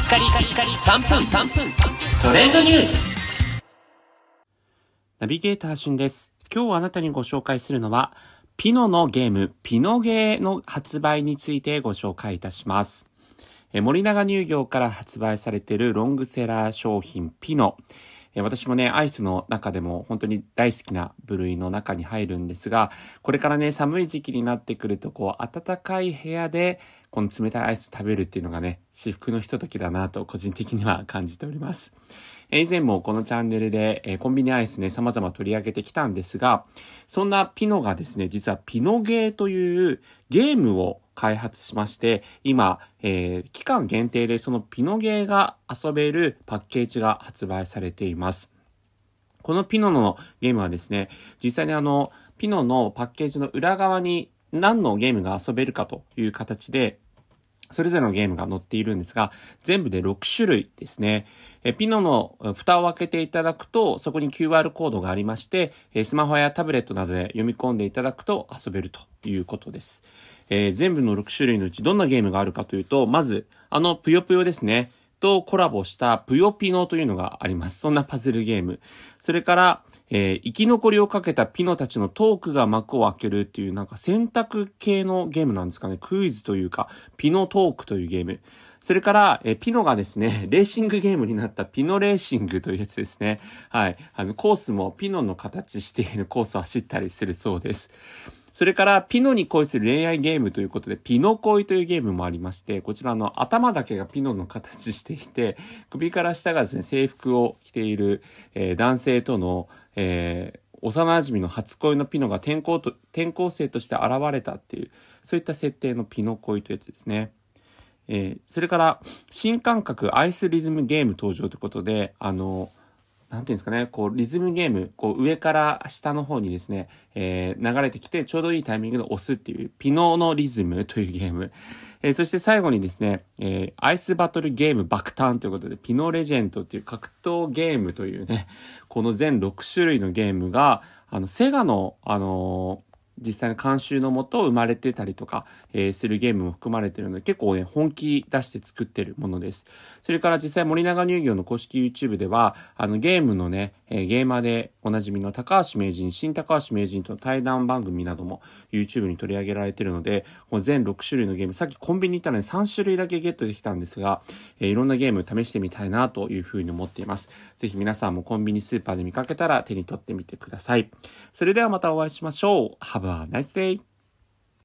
カリカリカリ3分トレンドニュース。 ナビゲーターしゅんです。今日あなたにご紹介するのはピノのゲームピノゲーの発売についてご紹介いたします。森永乳業から発売されているロングセラー商品ピノ。私もね、アイスの中でも本当に大好きな部類の中に入るんですが、これからね、寒い時期になってくると、暖かい部屋で、この冷たいアイス食べるっていうのがね、至福のひとときだなと個人的には感じております。以前もこのチャンネルで、コンビニアイスね、様々取り上げてきたんですが、そんなピノがですね、実はピノゲーというゲームを開発しまして、今、期間限定でそのピノゲーが遊べるパッケージが発売されています。このピノのゲームはですね、実際にピノのパッケージの裏側に何のゲームが遊べるかという形で、それぞれのゲームが載っているんですが、全部で6種類ですね。ピノの蓋を開けていただくと、そこに QR コードがありまして、スマホやタブレットなどで読み込んでいただくと遊べるということです。全部の6種類のうちどんなゲームがあるかというと、まず、ぷよぷよですね。とコラボしたぷよピノというのがあります。そんなパズルゲーム。それから、生き残りをかけたピノたちのトークが幕を開けるっていうなんか選択系のゲームなんですかね。クイズというか、ピノトークというゲーム。それから、ピノがですね、レーシングゲームになったピノレーシングというやつですね。はい。コースもピノの形しているコースを走ったりするそうです。それからピノに恋する恋愛ゲームということでピノ恋というゲームもありまして、こちらの頭だけがピノの形していて、首から下がですね制服を着ている、男性との、幼馴染の初恋のピノが転校生として現れたっていう、そういった設定のピノ恋というやつですね。それから新感覚アイスリズムゲーム登場ということで、なんていうんですかね、リズムゲーム、上から下の方にですね、流れてきてちょうどいいタイミングで押すっていうピノのリズムというゲーム。そして最後にですね、アイスバトルゲーム爆誕ということで、ピノレジェンドという格闘ゲームというね、この全6種類のゲームが、セガの、実際の監修のもと生まれてたりとか、するゲームも含まれているので、結構ね、本気出して作ってるものです。それから実際森永乳業の公式 YouTube では、ゲームのね、ゲーマーでおなじみの新高橋名人との対談番組なども YouTube に取り上げられているので、この全6種類のゲーム、さっきコンビニに行ったので3種類だけゲットできたんですが、いろんなゲーム試してみたいなというふうに思っています。ぜひ皆さんもコンビニスーパーで見かけたら手に取ってみてください。それではまたお会いしましょう。Have a nice day!